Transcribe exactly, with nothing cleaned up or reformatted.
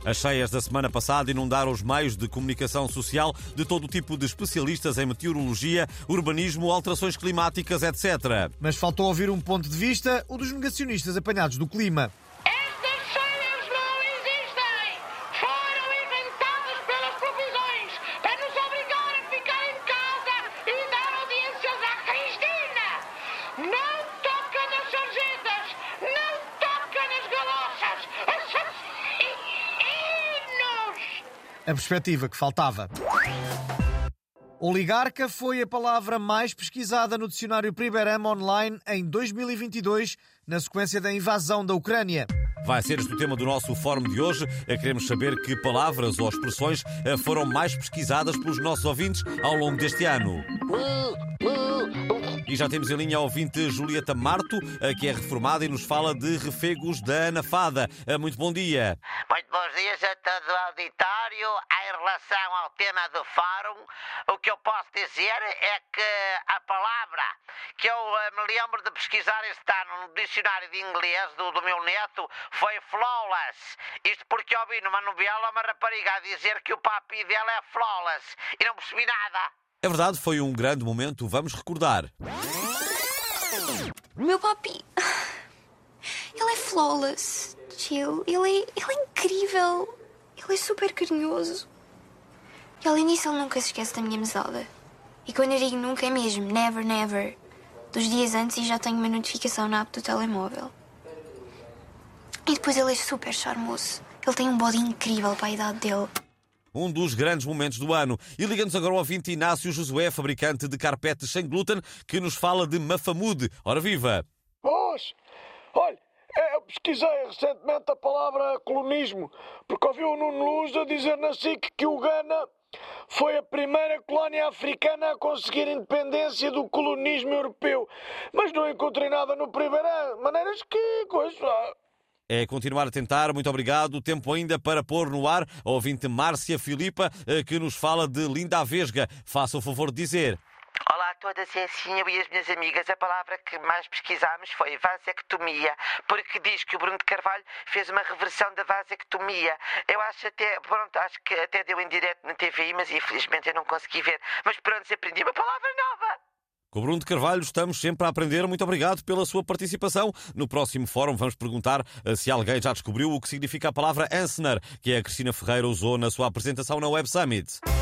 As cheias da semana passada inundaram os meios de comunicação social de todo o tipo de especialistas em meteorologia, urbanismo, alterações climáticas, etcétera. Mas faltou ouvir um ponto de vista, o dos negacionistas apanhados do clima. Estas cheias não existem! Foram inventadas pelas televisões para nos obrigar a ficar em casa e dar audiências à Cristina! Não toca nas sarjetas! Não toca nas galochas! Assassinos! A perspectiva que faltava. Oligarca foi a palavra mais pesquisada no dicionário Priberam Online em dois mil e vinte e dois, na sequência da invasão da Ucrânia. Vai ser este o tema do nosso fórum de hoje. Queremos saber que palavras ou expressões foram mais pesquisadas pelos nossos ouvintes ao longo deste ano. E já temos em linha a ouvinte Julieta Marto, que é reformada e nos fala de refegos da Ana Fada. Muito bom dia. Muito bons dias a todo o auditório. Em relação ao tema do fórum, o que eu posso dizer é que a palavra que eu me lembro de pesquisar este ano no dicionário de inglês do, do meu neto foi flawless. Isto porque ouvi numa novela uma rapariga a dizer que o papi dela é flawless e não percebi nada. É verdade, foi um grande momento. Vamos recordar. Meu papi, ele é flawless, Jill. Ele é, ele é incrível. Ele é super carinhoso. E além disso, ele nunca se esquece da minha mesada. E quando eu digo nunca, é mesmo never, never. Dos dias antes e já tenho uma notificação na app do telemóvel. E depois ele é super charmoso. Ele tem um body incrível para a idade dele. Um dos grandes momentos do ano. E ligamos agora ao ouvinte Inácio Josué, fabricante de carpetes sem glúten, que nos fala de Mafamude. Ora viva! Pois, olha, eu pesquisei recentemente a palavra colonismo, porque ouvi o Nuno Luz a dizer na S I C que o Ghana foi a primeira colónia africana a conseguir independência do colonismo europeu. Mas não encontrei nada no Priberam, maneiras que coisa... É continuar a tentar, muito obrigado. Tempo ainda para pôr no ar a ouvinte Márcia Filipa, que nos fala de Linda a Vesga. Faça o favor de dizer. Olá a todas, é assim, eu e as minhas amigas. A palavra que mais pesquisámos foi vasectomia, porque diz que o Bruno de Carvalho fez uma reversão da vasectomia. Eu acho até, pronto, acho que até deu em direto na T V I, mas infelizmente eu não consegui ver. Mas pronto, aprendi uma palavra nova. Com o Bruno de Carvalho estamos sempre a aprender. Muito obrigado pela sua participação. No próximo fórum vamos perguntar se alguém já descobriu o que significa a palavra Ansner, que a Cristina Ferreira usou na sua apresentação na Web Summit.